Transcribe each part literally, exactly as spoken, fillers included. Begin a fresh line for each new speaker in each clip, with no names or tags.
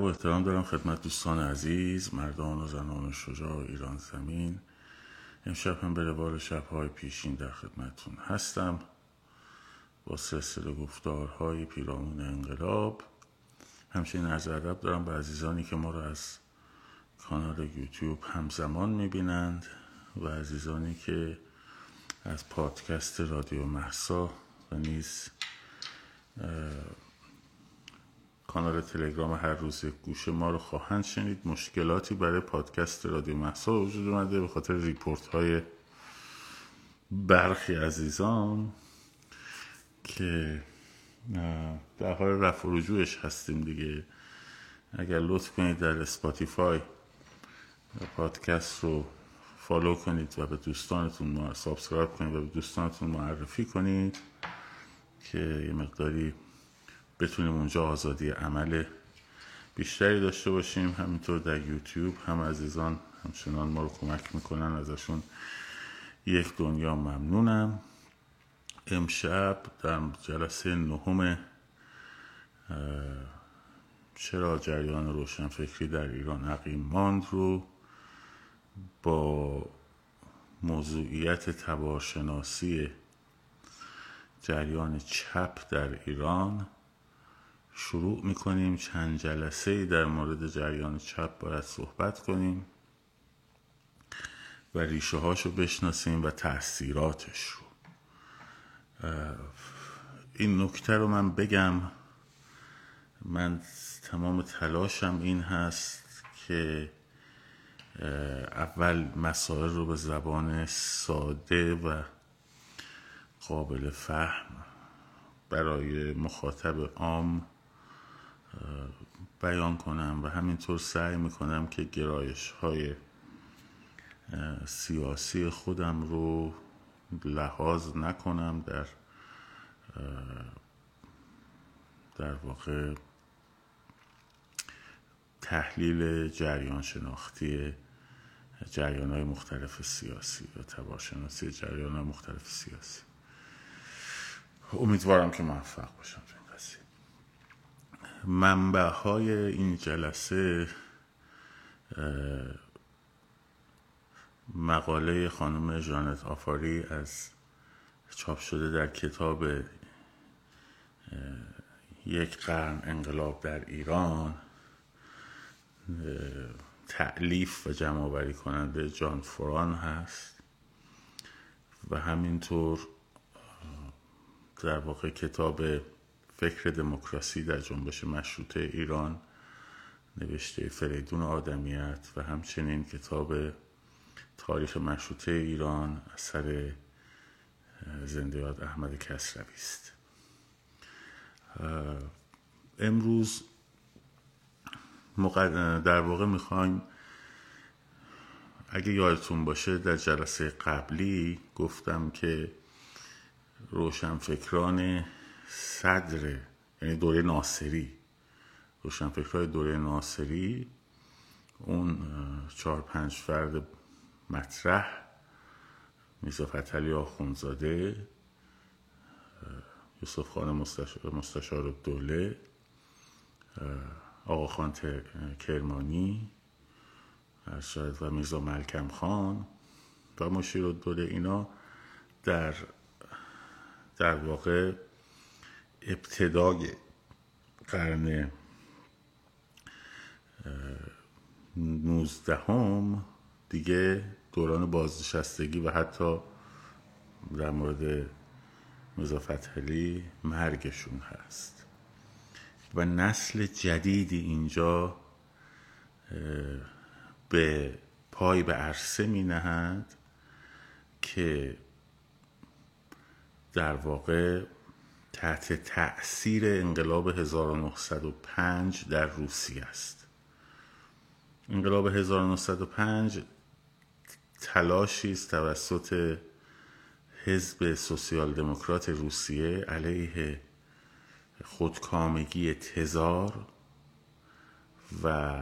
و احترام دارم خدمت دوستان عزیز، مردان و زنان شجاع ایران زمین. امشب هم به روال شب‌های پیشین در خدمتتون هستم با سلسله گفتارهای پیرامون انقلاب. همچنین عرض ادب دارم به عزیزانی که ما رو از کانال یوتیوب همزمان میبینند و عزیزانی که از پادکست رادیو مهسا و نیز کانال تلگرام هر روز گوش ما رو خواهند شنید. مشکلاتی برای پادکست رادیو مهسا وجود اومده به خاطر ریپورت های برخی عزیزان که در حال رفع و رجوعش هستیم دیگه. اگر لطف کنید در اسپاتیفای پادکست رو فالو کنید و به دوستانتون سابسکرایب کنید و به دوستانتون معرفی کنید که یه مقداری بتونیم اونجا آزادی عمل بیشتری داشته باشیم. همینطور در یوتیوب هم عزیزان همچنان ما رو کمک میکنن، ازشون یک دنیا ممنونم. امشب در جلسه نهم چرا جریان روشنفکری در ایران عقیم ماند رو با موضوعیت تبارشناسی جریان چپ در ایران شروع میکنیم. چند جلسه در مورد جریان چپ باید صحبت کنیم و ریشه هاشو بشناسیم و تأثیراتش رو. این نکته رو من بگم، من تمام تلاشم این هست که اول مسائل رو به زبان ساده و قابل فهم برای مخاطب عام بیان کنم و همینطور سعی میکنم که گرایش های سیاسی خودم رو لحاظ نکنم در در واقع تحلیل جریان شناختی جریان های مختلف سیاسی و تبارشناسی جریان های مختلف سیاسی. امیدوارم که موفق باشم تو این قضیه. منبع های این جلسه مقاله خانم ژانت آفاری از چاپ شده در کتاب یک قرن انقلاب در ایران، تألیف و جمع آوری کننده جان فوران هست و همینطور در واقع کتاب فکر دموکراسی در جنبش مشروطه ایران نوشته فریدون آدمیت و همچنین کتاب تاریخ مشروطه ایران اثر زنده یاد احمد کسروی است. امروز در واقع میخوایم، اگه یادتون باشه در جلسه قبلی گفتم که روشنفکران صدر، یعنی دوره ناصری، روشنفکران دوره ناصری، اون چهار پنج فرد مطرح، میرزا فتحعلی آخوندزاده، یوسف خان مستشار الدوله، آقا خان کرمانی و میرزا ملکم خان و مشیر الدوله، اینا در در واقع ابتدای قرن نوزدهم دیگه دوران بازنشستگی و حتی در مورد میرزا فتحعلی مرگشون هست و نسل جدیدی اینجا به پای به عرصه می نهند که در واقع تحت تأثیر انقلاب هزار و نهصد و پنج در روسیه است. انقلاب هزار و نهصد و پنج تلاشی است توسط حزب سوسیال دموکرات روسیه علیه خودکامگی تزار و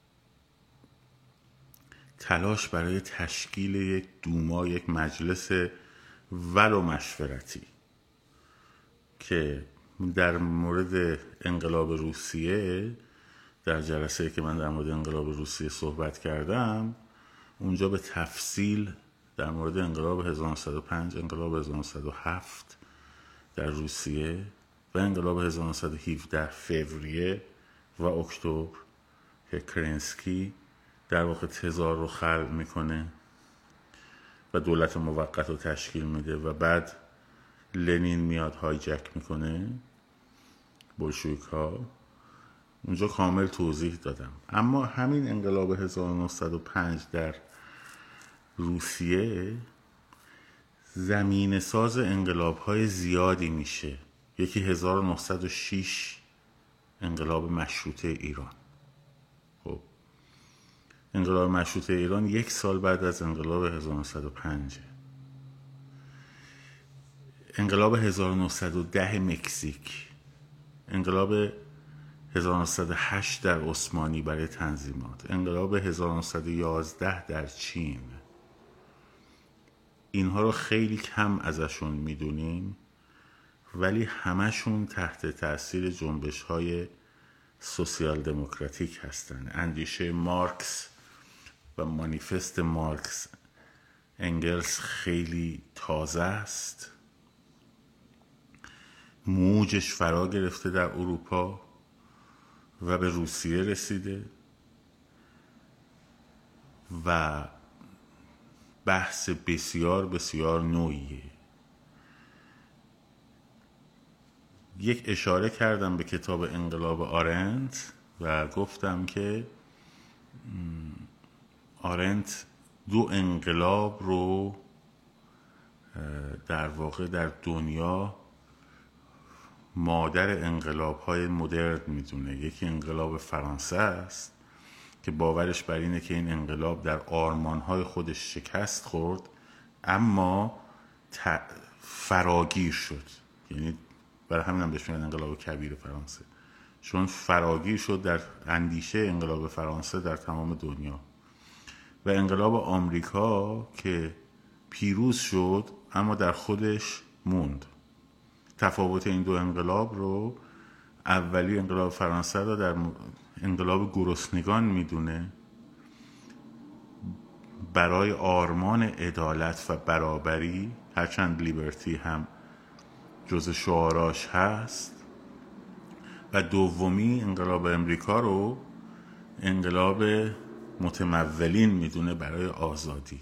تلاش برای تشکیل یک دوما، یک مجلس ولو مشورتی که در مورد انقلاب روسیه در جلسه که من در مورد انقلاب روسیه صحبت کردم، اونجا به تفصیل در مورد انقلاب هزار و نهصد و پنج، انقلاب هزار و نهصد و هفت در روسیه و انقلاب هزار و نهصد و هفده فوریه و اکتبر که کرنسکی در واقع تزار رو خلق میکنه و دولت موقت رو تشکیل میده و بعد لنین میاد هایجک میکنه بولشویک ها، اونجا کامل توضیح دادم. اما همین انقلاب هزار و نهصد و پنج در روسیه زمین ساز انقلاب های زیادی میشه. یکی هزار و نهصد و شش انقلاب مشروطه ایران. خب انقلاب مشروطه ایران یک سال بعد از انقلاب هزار و نهصد و پنج. انقلاب هزار و نهصد و ده مکزیک، انقلاب هزار و نهصد و هشت در عثمانی برای تنظیمات، انقلاب هزار و نهصد و یازده در چین. اینها رو خیلی کم ازشون میدونیم ولی همشون تحت تأثیر جنبش های سوسیال دموکراتیک هستن. اندیشه مارکس و مانیفست مارکس انگلس خیلی تازه است، موجش فرا گرفته در اروپا و به روسیه رسیده و بحث بسیار بسیار نوعیه. یک اشاره کردم به کتاب انقلاب آرنت و گفتم که آرنت دو انقلاب رو در واقع در دنیا مادر انقلاب های مدرن میدونه. یکی انقلاب فرانسه است که باورش بر اینه که این انقلاب در آرمان های خودش شکست خورد اما فراگیر شد، یعنی برای همین هم بهش میگن انقلاب کبیر فرانسه، چون فراگیر شد در اندیشه انقلاب فرانسه در تمام دنیا. و انقلاب آمریکا که پیروز شد اما در خودش موند. تفاوت این دو انقلاب رو اولی انقلاب فرانسه رو در انقلاب گرسنگان میدونه، برای آرمان عدالت و برابری، هرچند لیبرتی هم جز شعاراش هست، و دومی انقلاب امریکا رو انقلاب متمولین میدونه برای آزادی.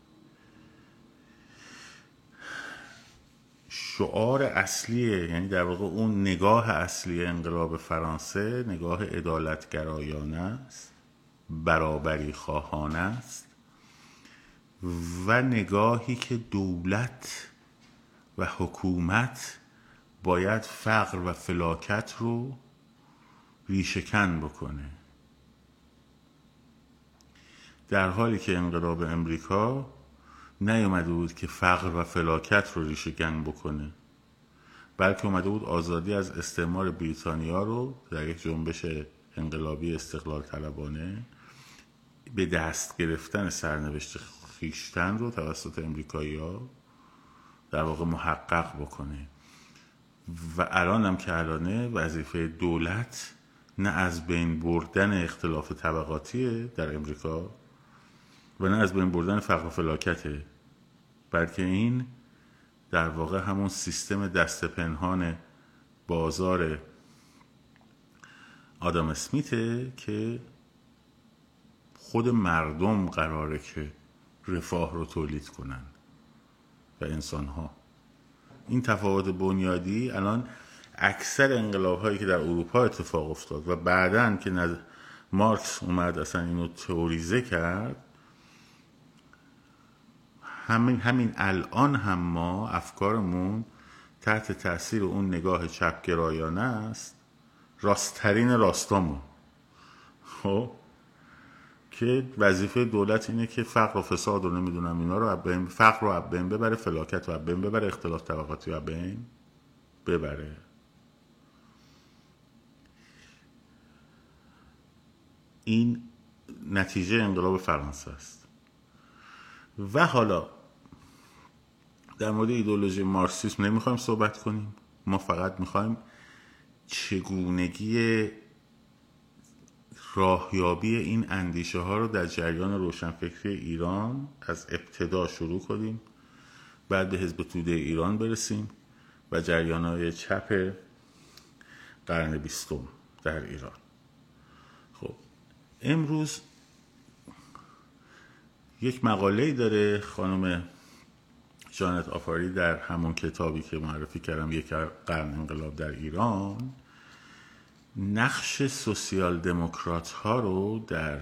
شعار اصلیه، یعنی در واقع اون نگاه اصلی انقلاب فرانسه نگاه عدالتگرایانه است، برابری خواهانه است و نگاهی که دولت و حکومت باید فقر و فلاکت رو ریشه‌کن بکنه، در حالی که انقلاب امریکا نیومده بود که فقر و فلاکت رو ریشه‌کن بکنه، بلکه اومده بود آزادی از استعمار بریتانیا رو در یک جنبش انقلابی استقلال طلبانه به دست گرفتن سرنوشت خیشتن رو توسط امریکایی‌ها در واقع محقق بکنه. و الان هم که الانه وظیفه دولت نه از بین بردن اختلاف طبقاتیه در امریکا و نه از بین بردن فقر و فلاکته، بلکه این در واقع همون سیستم دست پنهان بازار آدام اسمیته که خود مردم قراره که رفاه رو تولید کنن و انسان‌ها. این تفاوت بنیادی الان اکثر انقلاب هایی که در اروپا اتفاق افتاد و بعدن که نز... مارکس اومد اصلا اینو تئوریزه کرد، همین همین الان هم ما افکارمون تحت تاثیر اون نگاه چپگرایانه است، راستترین راستامون، خب که وظیفه دولت اینه که فقر و فساد رو نمیدونم اینا رو بین، فقر رو بین ببره، فلاکت رو بین ببره، اختلاف طبقاتی رو بین ببره. این نتیجه انقلاب فرانسه است. و حالا در مورد ایدئولوژی مارکسیسم نمیخوایم صحبت کنیم، ما فقط میخوایم چگونگی راهیابی این اندیشه ها رو در جریان روشنفکری ایران از ابتدا شروع کنیم، بعد به حزب توده ایران برسیم و جریان های چپ قرن بیستم در ایران. خب امروز یک مقاله‌ای داره خانم جانت آفاری در همون کتابی که معرفی کردم، یک قرن انقلاب در ایران، نقش سوسیال دموکرات ها رو در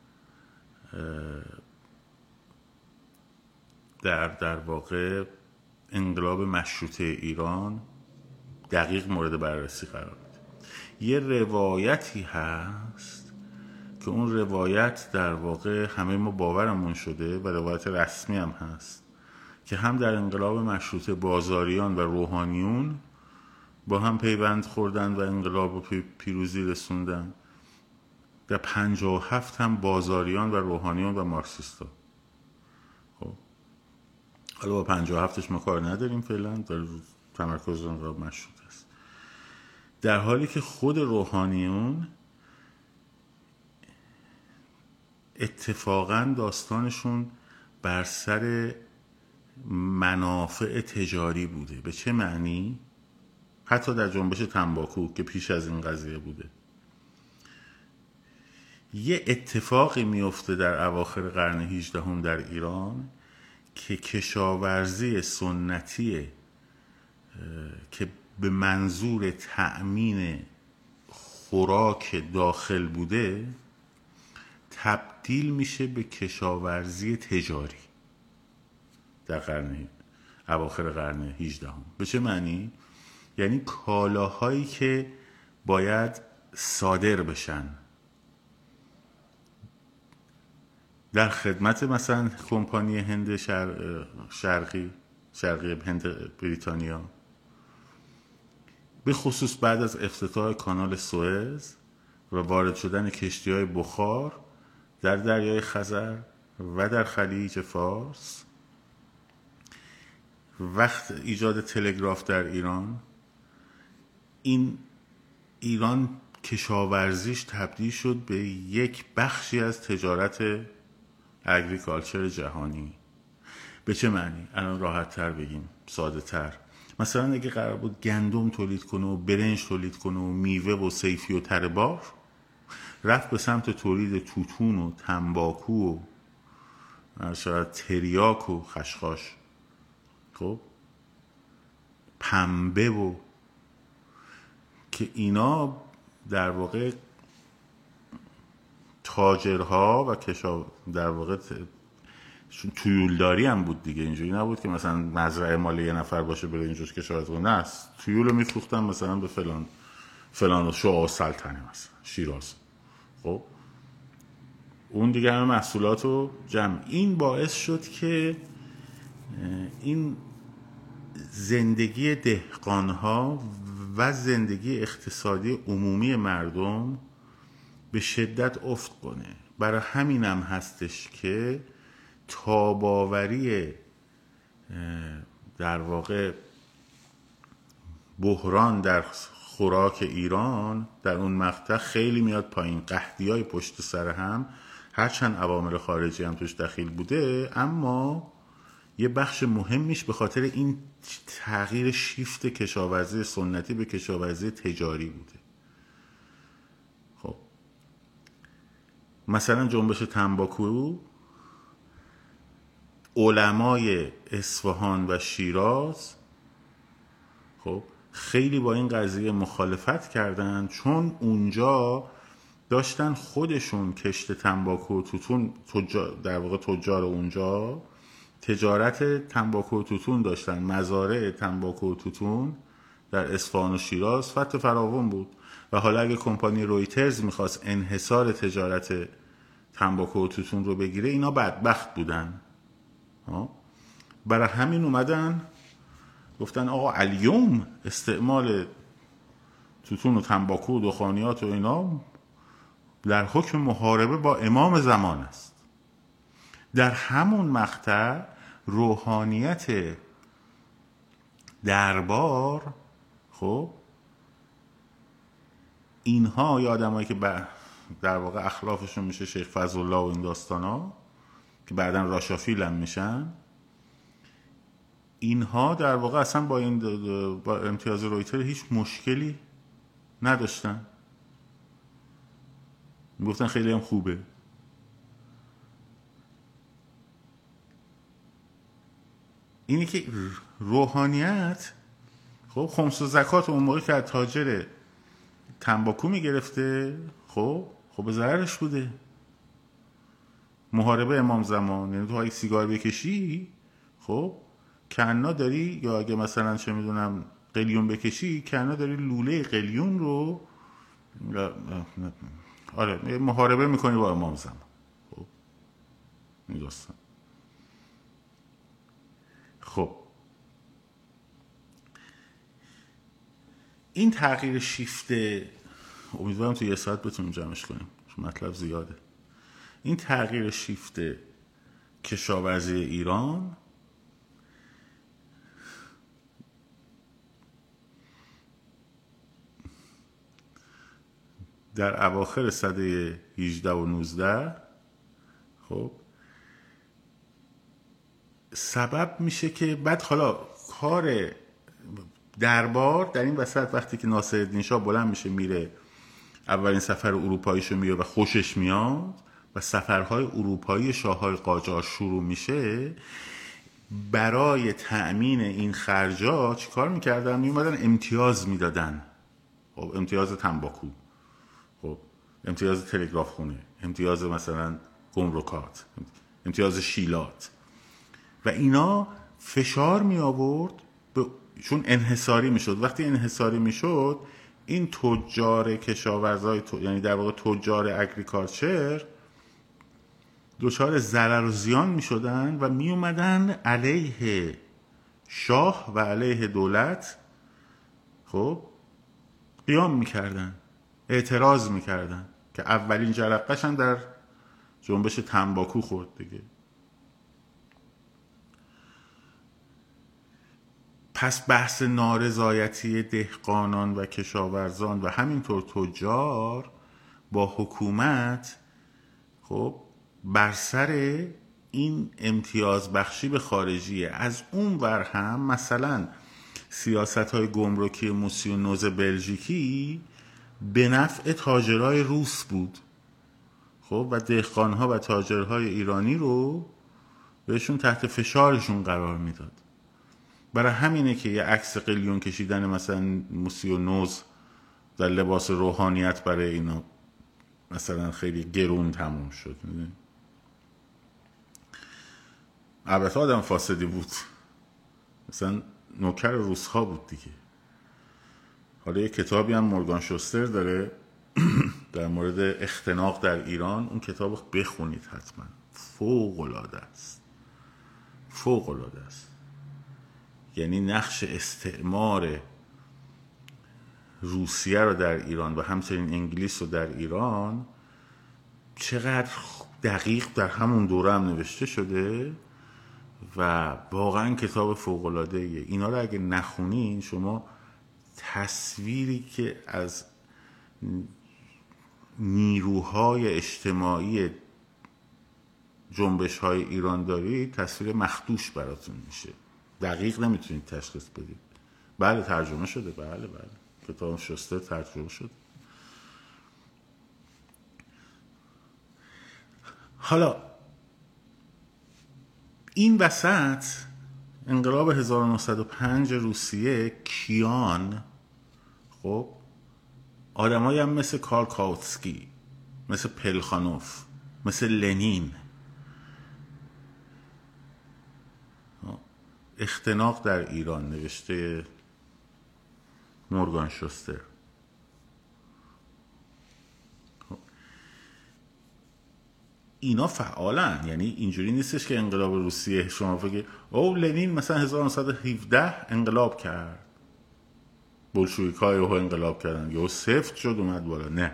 در در واقع انقلاب مشروطه ایران دقیق مورد بررسی قرار میده. یه روایتی هست که اون روایت در واقع همه ما باورمون شده و روایت رسمی هم هست که هم در انقلاب مشروطه بازاریان و روحانیون با هم پیوند خوردن و انقلاب و پیروزی رسوندن. در پنجاه و هفت هم بازاریان و روحانیون و مارکسیستا. خب حالا با پنجاه و هفتش ما کار نداریم فعلا، در تمرکز انقلاب مشروطه است. در حالی که خود روحانیون اتفاقا داستانشون بر سر منافع تجاری بوده. به چه معنی؟ حتی در جنبش تنباکو که پیش از این قضیه بوده، یه اتفاقی میفته در اواخر قرن هجدهم در ایران که کشاورزی سنتی که به منظور تأمین خوراک داخل بوده تبدیل میشه به کشاورزی تجاری در قرن اواخر قرن هجدهم. به چه معنی؟ یعنی کالاهایی که باید صادر بشن در خدمت مثلا کمپانی هند شر... شرقی شرقی هند بریتانیا، به خصوص بعد از افتتاح کانال سوئز و وارد شدن کشتی‌های بخار در دریای خزر و در خلیج فارس، وقت ایجاد تلگراف در ایران، این ایران کشاورزیش تبدیل شد به یک بخشی از تجارت اگریکالچر جهانی. به چه معنی؟ الان راحت تر بگیم، ساده تر. مثلا اگه قرار بود گندم تولید کنه و برنج تولید کنه و میوه و صیفی و تره بار، رفت به سمت تولید توتون و تنباکو و شاید تریاک و خشخاش، خب پنبه، و که اینا در واقع تاجرها و کشا در واقع تویولداری هم بود دیگه. اینجوری نبود که مثلا مزرعه مال یه نفر باشه بره اینجوش کشاورزی کنه، نه، تویول رو میفروختن مثلا به فلان فلان شاه سلطنه مثلا شیراز. خب اون دیگه همه محصولات رو جمع. این باعث شد که این زندگی دهقانها و زندگی اقتصادی عمومی مردم به شدت افت کنه. برای همین هم هستش که تاباوری در واقع بحران در خوراک ایران در اون مقطع خیلی میاد پایین. قحطی‌های پشت سر هم، هرچند عوامل خارجی هم توش دخیل بوده، اما یه بخش مهمیش به خاطر این تغییر شیفت کشاورزی سنتی به کشاورزی تجاری بوده. خب مثلا جنبش تنباکو، علمای اصفهان و شیراز خب خیلی با این قضیه مخالفت کردن، چون اونجا داشتن خودشون کشت تنباکو و توتون، در واقع تجار اونجا تجارت تنباکو و توتون داشتن. مزارع تنباکو و توتون در اصفهان و شیراز فتح فراوان بود و حالا اگه کمپانی رویترز میخواست انحصار تجارت تنباکو و توتون رو بگیره، اینا بدبخت بودن. برای همین اومدن گفتن آقا الیوم استعمال توتون و تنباکو و دخانیات و اینا در حکم محاربه با امام زمان است. در همون مقطع روحانیت دربار، خب اینها یا آدمایی که در واقع اخلافشون میشه شیخ فضلالله و این داستان ها که بعداً راشافیل هم میشن، اینها در واقع اصلا با این با امتیاز رویتر هیچ مشکلی نداشتن، میگفتن خیلی هم خوبه. اینی که روحانیت خب خمس و زکات اون موقع که تاجر تنباکو میگرفته خب خب به ضررش بوده. محاربه امام زمان، یعنی تو اگه سیگار بکشی خب کنا داری، یا اگه مثلا چه میدونم قلیون بکشی کنا داری لوله قلیون رو آره محاربه میکنی با امام زمان. خب این داستان. خب این تغییر شیفته، امیدوارم تو یه ساعت بتونیم جمعش کنیم چون مطلب زیاده. این تغییر شیفته کشاورزی ایران در اواخر سده هجده و نوزده خب سبب میشه که بعد حالا کار دربار در این وسط وقتی که ناصرالدین شاه بلند میشه میره اولین سفر اروپاییشو میره و خوشش میاد و سفرهای اروپایی شاههای قاجار شروع میشه، برای تأمین این خرجات چیکار میکردن؟ میومدن امتیاز میدادن. خب امتیاز تنباکو، خب امتیاز تلگراف خونه، امتیاز مثلا گمرکات، امتیاز شیلات، و اینا فشار می آورد ب... چون انحصاری می شد. وقتی انحصاری می شد این تجار کشاورزای ت... یعنی در واقع تجار اگریکالچر دچار ضرر و زیان می شدن و می اومدن علیه شاه و علیه دولت خب قیام می کردن، اعتراض می کردن که اولین جرقش هم در جنبش تنباکو خورد دیگه. پس بحث نارضایتی دهقانان و کشاورزان و همینطور تجار با حکومت خب بر سر این امتیاز بخشی به خارجیه. از اون ور هم مثلا سیاست های گمرکی موسی و نوز بلژیکی به نفع تاجرای روس بود خب و دهقانها و تاجرهای ایرانی رو بهشون تحت فشارشون قرار میداد. برای همینه که یه عکس قلیون کشیدن مثلا موسی و نوز در لباس روحانیت برای اینا مثلا خیلی گرون تموم شد. البته آدم فاسدی بود، مثلا نوکر روس‌ها بود دیگه. حالا یه کتابی هم مورگان شوستر داره در مورد اختناق در ایران، اون کتاب بخونید حتما، فوق العاده است، فوق العاده است. یعنی نقش استعمار روسیه رو در ایران و همچنین انگلیس رو در ایران چقدر دقیق در همون دوره هم نوشته شده و واقعا کتاب فوق العاده ایه. اینا رو اگه نخونین شما تصویری که از نیروهای اجتماعی جنبش های ایران دارید تصویر مخدوش براتون میشه، دقیق نمیتونید تشخیص بدید. بله ترجمه شده، بله بله کتاب شسته ترجمه شده. حالا این وسط انقلاب هزار و نهصد و پنج روسیه، کیان خب آدمایی هم مثل کارل کاوتسکی، مثل پلخانوف، مثل لنین، اختناق در ایران، نوشته مورگان شوستر. اینا فعالن، یعنی اینجوری نیستش که انقلاب روسیه شما بگید او لنین مثلا هزار و نهصد و هفده انقلاب کرد، بولشویک‌ها یهو انقلاب کردن یهو سفت شد اومد بالا. نه،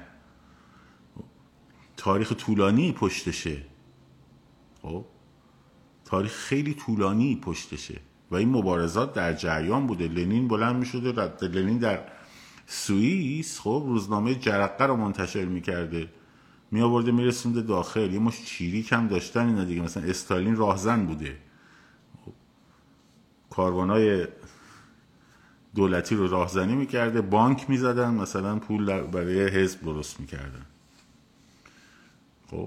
تاریخ طولانی پشتشه، خب تاریخ خیلی طولانی پشتشه و این مبارزات در جریان بوده. لنین بلند میشده، لنین در سوئیس خب روزنامه جرقه رو منتشر میکرده می آورده میرسونده داخل. یه مش چیریک هم داشتن اینا دیگه، مثلا استالین راهزن بوده، کاروانای دولتی رو راهزنی میکرده، بانک میزدن، مثلا پول برای حزب درست میکردن. خب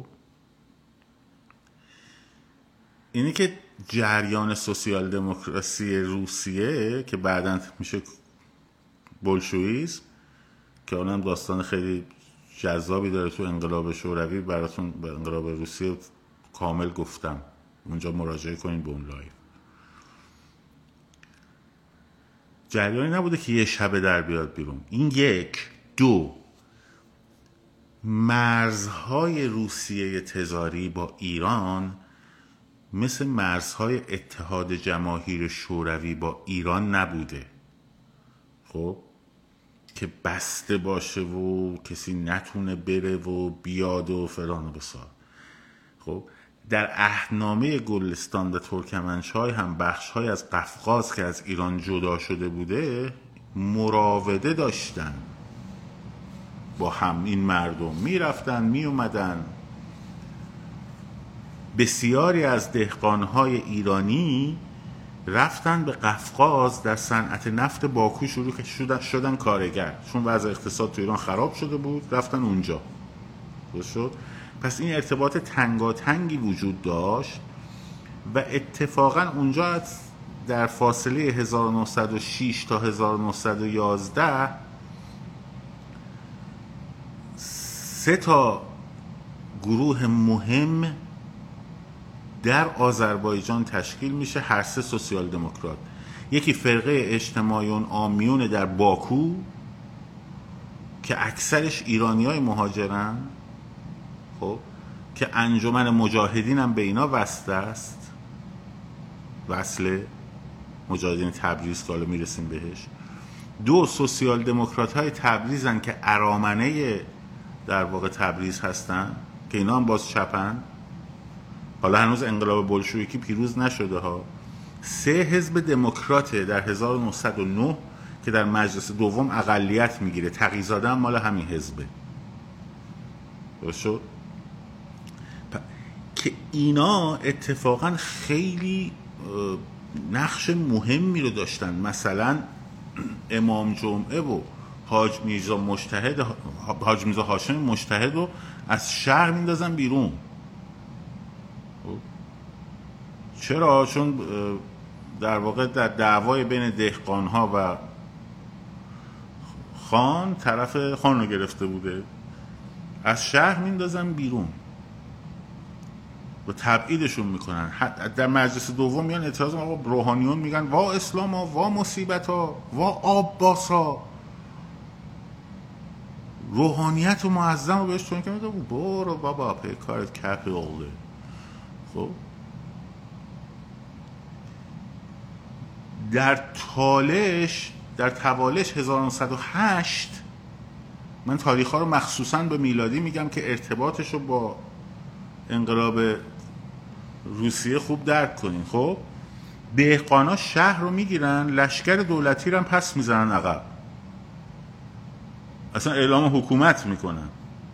اینی که جریان سوسیال دموکراسی روسیه که بعداً میشه بولشویسم، که اونم داستان خیلی جذابی داره تو انقلاب شوروی، براتون به انقلاب روسیه کامل گفتم، اونجا مراجعه کنین به اون لایو. جریانی نبوده که یه شبه در بیاد بیرون. این یک. دو، مرزهای روسیه تزاری با ایران مثل مرزهای اتحاد جماهیر شوروی با ایران نبوده، خب که بسته باشه و کسی نتونه بره و بیاد و فلان و بسار. خب در عهدنامه گلستان و ترکمنچای هم بخش‌های از قفقاز که از ایران جدا شده بوده مراوده داشتن با هم. این مردم می رفتن می اومدن. بسیاری از دهقانهای ایرانی رفتن به قفقاز، در صنعت نفت باکو شروع شدن, شدن کارگر، چون وضع اقتصاد تو ایران خراب شده بود، رفتن اونجا. درست شد؟ پس این ارتباط تنگاتنگی وجود داشت و اتفاقا اونجا در فاصله هزار و نهصد و شش تا هزار و نهصد و یازده سه تا گروه مهم در آذربایجان تشکیل میشه، هر سه سوسیال دموکرات. یکی فرقه اجتماعیون آمیون در باکو که اکثرش ایرانیای مهاجرن، خب که انجمن مجاهدین هم به اینا وصل است، وصل مجاهدین تبریز که حالا میرسیم بهش. دو، سوسیال دموکرات های تبریزن که ارامنه در واقع تبریز هستن که اینا هم باز چپن، حالا هنوز انقلاب بولشویکی پیروز نشده ها. سه، حزب دموکراته در هزار و نهصد و نه که در مجلس دوم اقلیت میگیره، تقی‌زاده هم مال همین حزبه. درست که اینا اتفاقا خیلی نقش مهمی رو داشتن. مثلا امام جمعه و حاج میرزا مجتهد حاج میرزا هاشم مجتهد رو از شهر میندازن بیرون. چرا؟ چون در واقع در دعوای بین دهقانها و خان طرف خان رو گرفته بوده، از شهر میندازن بیرون و تبعیدشون میکنن. در مجلس دوم میان اعتراض میکنن، آقا روحانیون میگن وا اسلام ها، وا مصیبت ها، وا آباس ها. روحانیت و معظم رو بهش تون که میگه برو بابا پی کارت کپی اولده. خب در تالش در توالش هزار و نهصد و هشت، من تاریخ ها رو مخصوصا به میلادی میگم که ارتباطش رو با انقلاب روسیه خوب درک کنین. خب دهقانا شهر رو میگیرن، لشکر دولتی رو هم پس میزنن عقب، اصلا اعلام حکومت میکنن.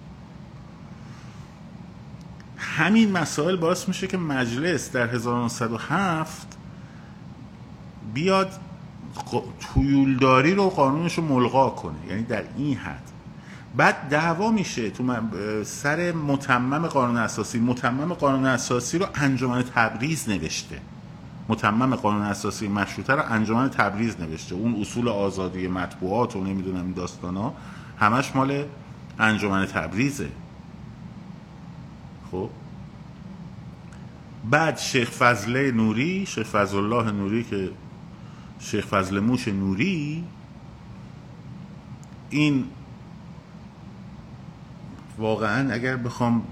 همین مسائل باعث میشه که مجلس در هزار و نهصد و هفت بیاد تویولداری رو قانونش رو ملغا کنه، یعنی در این حد. بعد دعوا میشه تو سر متمم قانون اساسی. متمم قانون اساسی رو انجمن تبریز نوشته، متمم قانون اساسی مشروطه رو انجمن تبریز نوشته. اون اصول آزادی مطبوعات و نمیدونم این داستانا همش مال انجمن تبریزه. خب بعد شیخ فضله نوری، شیخ فضل الله نوری که شیخ فضل موش نوری، این واقعا اگر بخوام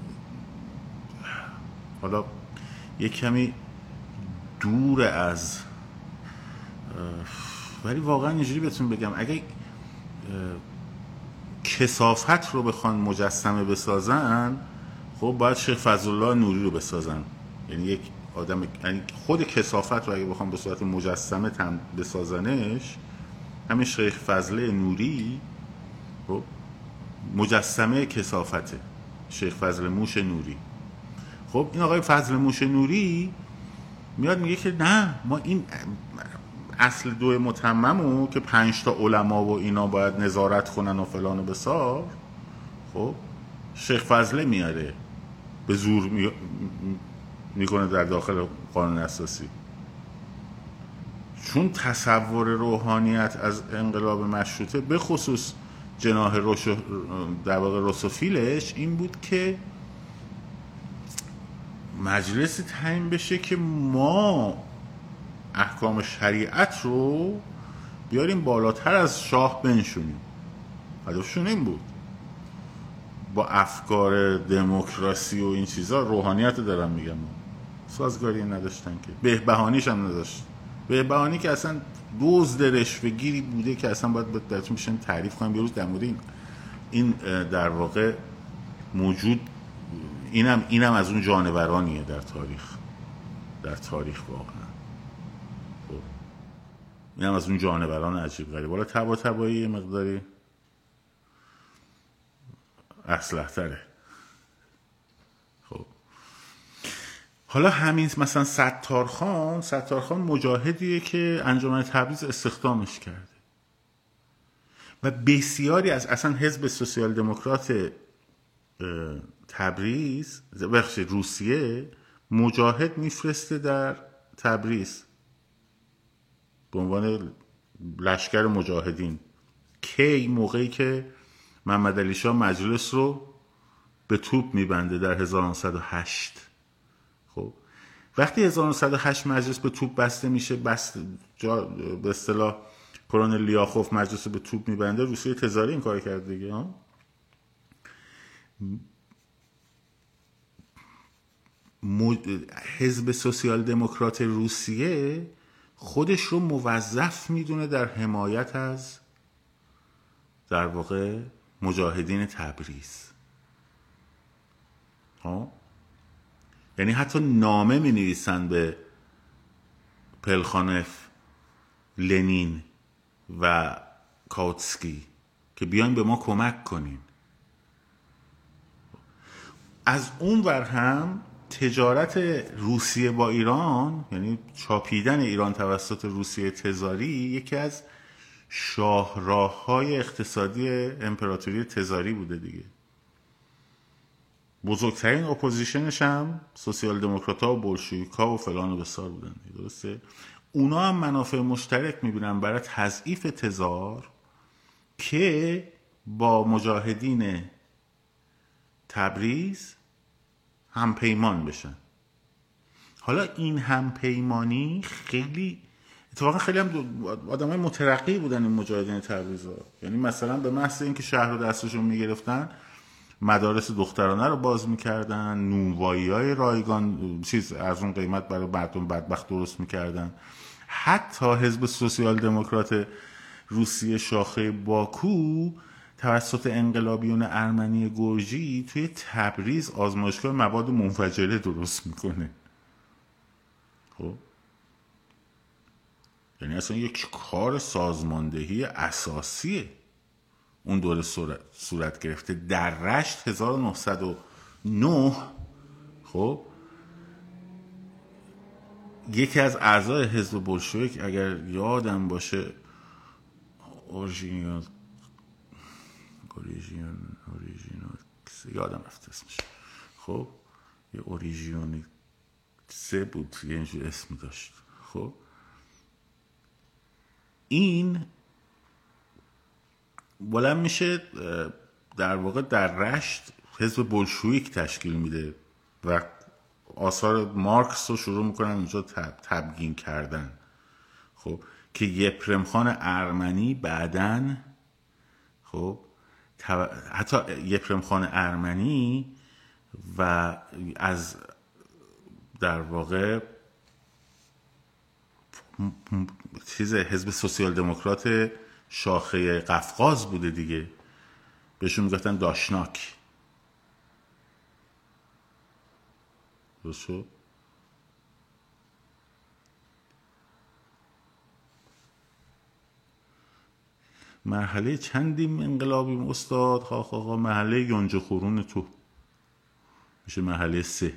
حالا یک کمی دور از، ولی واقعا اینجوری بهتون بگم، اگر کثافت رو بخوان مجسمه بسازن، خب باید شیخ فضل الله نوری رو بسازن. یعنی یک آدم، یعنی خود کثافت رو اگه بخوام به صورت مجسمه تم بسازنش، همین شیخ فضله نوری خب مجسمه کثافته. شیخ فضل موش نوری. خب این آقای فضل موش نوری میاد میگه که نه، ما این اصل دو متممو که پنج تا علما و اینا باید نظارت کنن و فلان و بسار، خب شیخ فضله میاره به زور می... میکنه در داخل قانون اساسی. چون تصور روحانیت از انقلاب مشروطه به خصوص جناح روش در واقع روسوفیلش این بود که مجلس تعیین بشه که ما احکام شریعت رو بیاریم بالاتر از شاه بنشونیم. هدفشون این بود. با افکار دموکراسی و این چیزا، روحانیت رو دارم میگم، سازگاری نداشتن که. بهبهانیش هم نداشت. بهبهانی که اصلا دزد رشوه‌گیری بوده که اصلا باید براتون میشن تعریف کنم یه روز در مورد این این در واقع موجود. اینم اینم از اون جانورانیه در تاریخ، در تاریخ واقعا. خب اینم از اون جانوران عجیب غریب. والا تبا تبایی یه مقداری اصلح تره. خب حالا همین مثلا ستارخان ستارخان مجاهدیه که انجمن تبریز استخدامش کرده و بسیاری از اصلا حزب سوسیال دموکرات تبریز بخش روسیه مجاهد میفرسته در تبریز به عنوان لشکر مجاهدین. کی؟ موقعی که محمد علی شاه مجلس رو به توپ میبنده در هزار و نهصد و هشت. خب وقتی هزار و نهصد و هشت مجلس به توپ بسته میشه، بست جا به اصطلاح کرونل لیاخوف مجلس رو به توپ میبنده، روسیه تزاری این کار کرد دیگه. ها حزب سوسیال دموکرات روسیه خودش رو موظف میدونه در حمایت از در واقع مجاهدین تبریز. ها یعنی حتی نامه می نویسن به پلخانف، لنین و کاوتسکی که بیاین به ما کمک کنین. از اون ور هم تجارت روسیه با ایران، یعنی چاپیدن ایران توسط روسیه تزاری، یکی از شاهراه‌های اقتصادی امپراتوری تزاری بوده دیگه. بزرگترین اپوزیشنش هم سوسیال دموکرات‌ها و بولشویک‌ها و فلان و بسار بودن، درسته؟ اونا هم منافع مشترک می‌بینن برای تضعیف تزار که با مجاهدین تبریز همپیمان بشن. حالا این همپیمانی خیلی اتفاقا خیلی هم آدمای مترقی بودن این مجاهدین تبریزها. یعنی مثلا به محض اینکه شهر رو دستشون میگرفتن مدارس دخترانه رو باز میکردن، نونوایی های رایگان چیز از اون قیمت برای مردم بدبخت درست میکردن. حتی حزب سوسیال دموکرات روسیه شاخه باکو توسط انقلابیون ارمنی گرجی توی تبریز آزمایشگاه مواد منفجره درست میکنه. خب یعنی اصلا یک کار سازماندهی اساسیه اون دوره صورت, صورت گرفته در رشت هزار و نهصد و نه. خب یکی از اعضای حزب بولشویک اگر یادم باشه اورژینال اوریژینال اوریژینال یادم رفت اسمش، خب یه اوریژیونی سه بود یه اینجور اسم داشت. خب این بلند میشه در واقع در رشت حزب بولشویک تشکیل میده و آثار مارکس رو شروع میکنن اونجا تبیین کردن. خب که یپرم خان ارمنی بعدن، خب حتی یپرم خان ارمنی و از در واقع چیز حزب سوسیال دموکرات شاخه قفقاز بوده دیگه، بهشون میگفتن داشناک. درست شد؟ مرحله چندیم انقلابیم استاد؟ خاخ آقا مرحله یونج خورون تو میشه مرحله سه.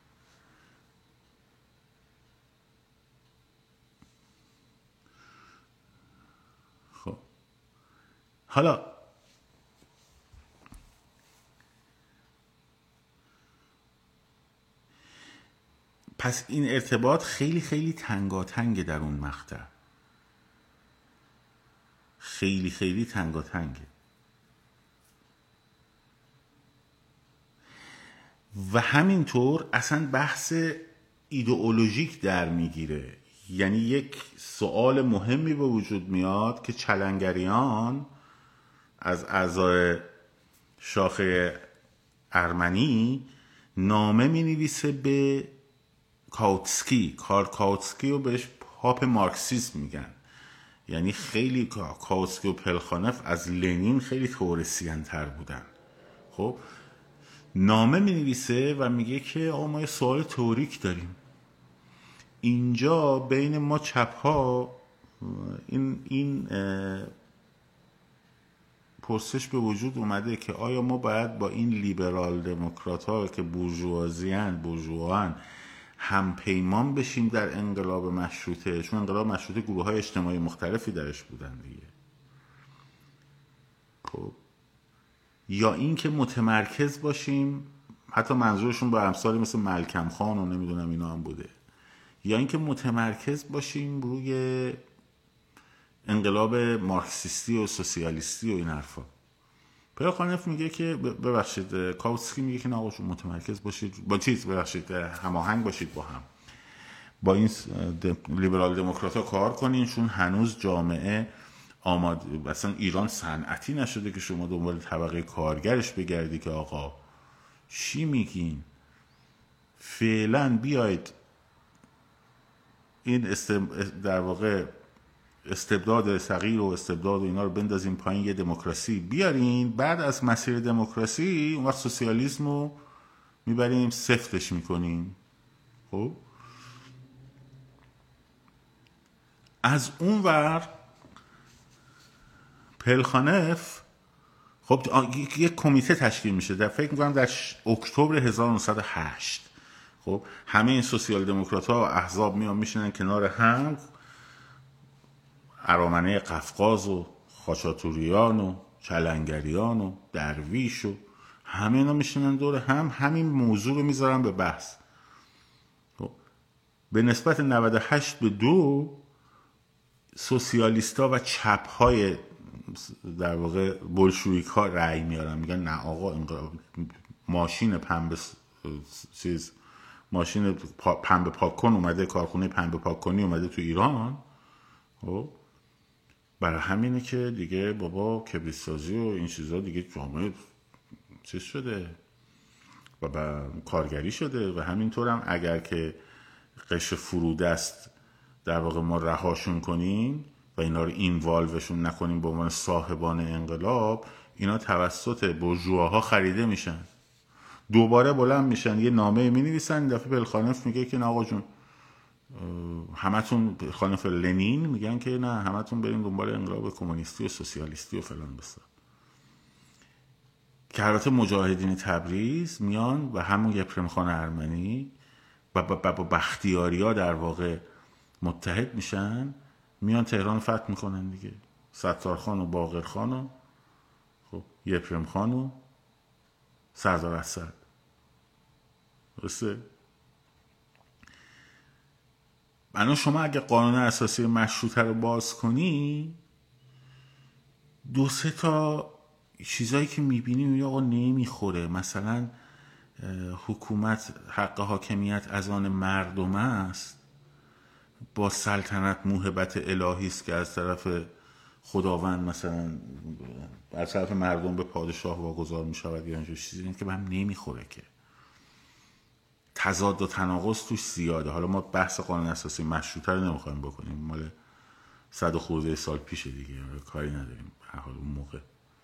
خب حالا پس این ارتباط خیلی خیلی تنگاتنگه در اون مقطع، خیلی خیلی تنگاتنگه و همینطور اصلا بحث ایدئولوژیک در میگیره. یعنی یک سوال مهمی به وجود میاد که چلنگریان از اعضای شاخه ارمنی نامه می نویسه به کاوتسکی. کار کاوتسکی رو بهش پاپ مارکسیسم میگن. یعنی خیلی کاوتسکی و پلخانف از لنین خیلی تئوریسین تر بودن. خب نامه می نویسه و میگه که آقا ما یه سوال تئوریک داریم اینجا بین ما چپ ها. این این پرسش به وجود اومده که آیا ما باید با این لیبرال دموکرات ها که بورژوازیان بورژوان هم پیمان بشیم در انقلاب مشروطه؟ چون انقلاب مشروطه گروه های اجتماعی مختلفی درش بودن دیگه. خب یا این که متمرکز باشیم، حتی منظورشون با امثالی مثل ملکم خان و نمیدونم اینا هم بوده، یا اینکه متمرکز باشیم روی انقلاب مارکسیستی و سوسیالیستی و این حرفا. پلخانف میگه که ببخشید کاوتسکی میگه که نه آقا متمرکز باشید با چیز، ببخشید هماهنگ باشید با هم، با این لیبرال دموکرات‌ها کار کنین، چون هنوز جامعه آماده، اصلا ایران صنعتی نشده که شما دنبال طبقه کارگرش بگردی که آقا چی میگین. فعلا بیاید این در واقع استبداد صغیر و استبداد و اینا رو بندازیم پایین، یه دموکراسی بیارین، بعد از مسیر دموکراسی اون وقت سوسیالیسم رو میبریم سفتش میکنیم. خب از اون ور پلخانف خب یک کمیته تشکیل میشه در فکر میکنم در اکتبر هزار و نهصد و هشت. خب همه این سوسیال دموکرات ها و احزاب میان میشنن کنار هم، ارامنه قفقاز و خاچاتوریان و چلنگریان و درویش و همه اینا میشنن دور هم، همین موضوع رو میذارن به بحث. خب به نسبت نود و هشت به دو سوسیالیستا و چپ های در واقع بولشویک ها رأی میارن، میگن نه آقا این ماشین پنبه چیز ماشین پنبه پاک کن اومده، کارخونه پنبه پاک کنی اومده تو ایران. خب برای همینه که دیگه بابا کبریت سازی و این چیزا دیگه جامعه چیز شده و با کارگری شده و همینطورم اگر که قش فرودست در واقع ما رهاشون کنیم و اینا رو اینوالوشون نکنیم به عنوان صاحبان انقلاب، اینا توسط بورژواها خریده میشن، دوباره بلند میشن یه نامه می نویسن. این دفعه پلخانف میگه که نه آقا جون همتون، خانف لنین میگن که نه همتون بریم دنبال انقلاب کمونیستی و سوسیالیستی و فلان بسا. که البته مجاهدین تبریز میان و همون یپرم خان ارمنی و با بختیاری ها در واقع متحد میشن، میان تهران فتح میکنن دیگه. ستار خان و باقر خان و خب یپرم خان و سردار اسد. درسته؟ الان شما اگه قانون اساسی مشروطه رو باز کنی، دو سه تا چیزایی که میبینی میگه آقا نمیخوره. مثلا حکومت حق حاکمیت از آن مردم است، با سلطنت موهبت الهی است که از طرف خداوند مثلا از طرف مردم به پادشاه واگذار میشود یا اینجور چیزی، این که به هم نمیخوره که تضاد و تناقض توش زیاده. حالا ما بحث قانون اساسی مشروطه رو نمیخوایم بکنیم، مال صد و خورده سال پیشه دیگه، کاری نداریم هر حال اون موقع.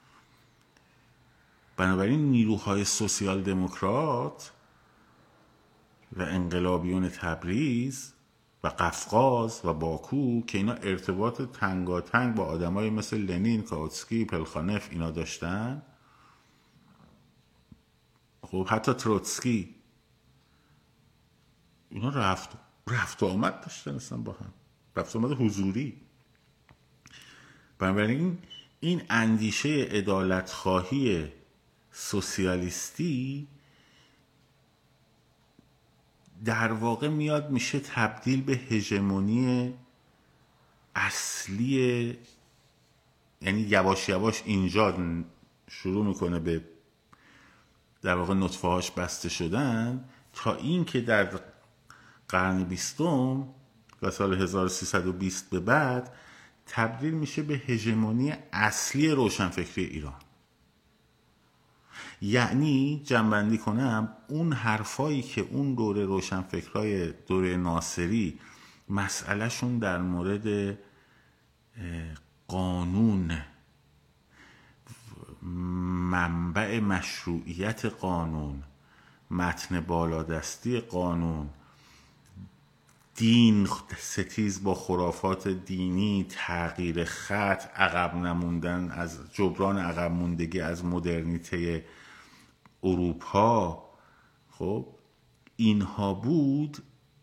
بنابراین نیروهای سوسیال دموکرات و انقلابیون تبریز و قفقاز و باکو که اینا ارتباط تنگاتنگ با آدمای مثل لنین، کاوتسکی، پلخانف اینا داشتن. خب حتی تروتسکی اینا رفت رفت و آمد داشتن اصلا با هم، رفت و آمد حضوری. بنابراین این اندیشه عدالت خواهی سوسیالیستی در واقع میاد میشه تبدیل به هژمونی اصلی، یعنی یواش یواش اینجا شروع میکنه به در واقع نطفه هاش بسته شدن، تا این که در قرن بیستم و سال هزار و سیصد و بیست به بعد تبدیل میشه به هژمونی اصلی روشنفکری ایران. یعنی جنبندی کنم، اون حرفایی که اون دوره روشنفکرای دوره ناصری مسئلهشون در مورد قانون، منبع مشروعیت قانون، متن بالادستی قانون، دین ستیز با خرافات دینی، تغییر خط، عقب نموندن از جبران عقب موندگی از مدرنیته اروپا، خب اینها بود،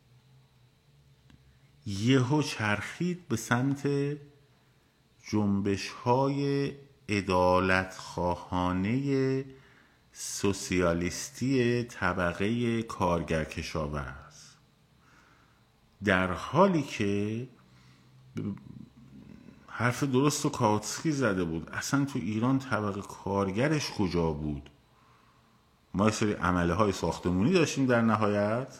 یهو چرخید به سمت جنبش های عدالت خواهانه سوسیالیستی طبقه کارگر کشاورز، در حالی که حرف درست و کاوتسکی زده بود. اصلا تو ایران طبقه کارگرش کجا بود؟ ما یه سری عمله های ساختمونی داشتیم در نهایت،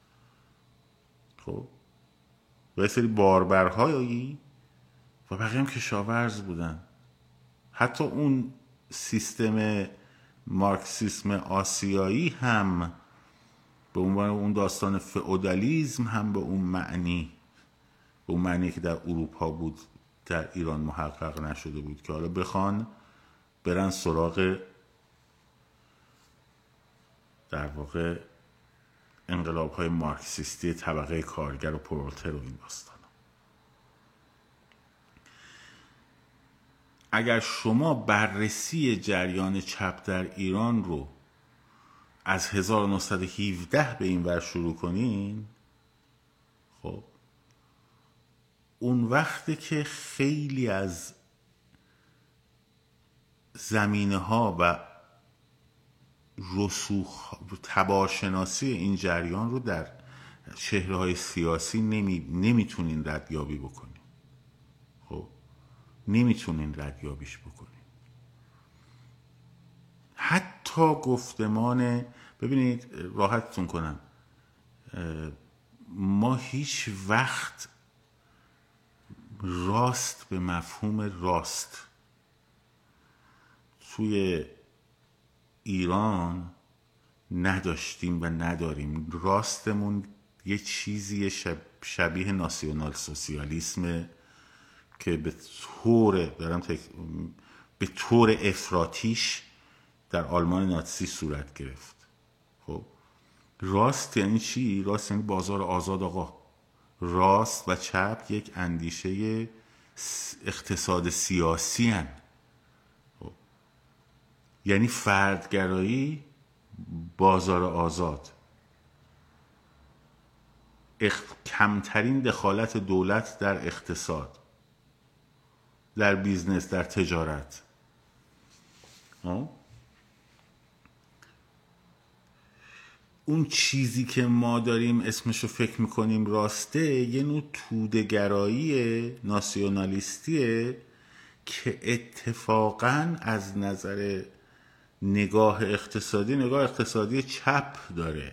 خب و یه سری باربرهایی و بقیه هم کشاورز بودن. حتی اون سیستم مارکسیسم آسیایی هم به عنوان اون داستان فئودالیسم هم به اون معنی به اون معنی که در اروپا بود در ایران محقق نشده بود، که حالا بخوان برن سراغ در واقع انقلاب های مارکسیستی طبقه کارگر و پرولتر و این داستان. اگر شما بررسی جریان چپ در ایران رو از هزار و نهصد و هفده به این ور شروع کنین، خب اون وقته که خیلی از زمینه ها و رسوخ تبارشناسی این جریان رو در چهره های سیاسی نمی نمیتونین ردیابی بکنین. خب نمیتونین ردیابیش بکنین. حتی گفتمان، ببینید راحتتون کنم، ما هیچ وقت راست به مفهوم راست توی ایران نداشتیم و نداریم. راستمون یه چیزی شب شبیه ناسیونال سوسیالیسم که به طور دارم تک... به طور افراطیش در آلمان ناتسی صورت گرفت. خب راست یعنی چی؟ راست یعنی بازار آزاد. آقا راست و چپ یک اندیشه اقتصاد سیاسی هن. خب. یعنی فردگرایی، بازار آزاد، اخ... کمترین دخالت دولت در اقتصاد، در بیزنس، در تجارت. ها؟ اون چیزی که ما داریم اسمشو فکر میکنیم راسته یه نوع توده‌گرایی ناسیونالیستیه که اتفاقاً از نظر نگاه اقتصادی نگاه اقتصادی چپ داره.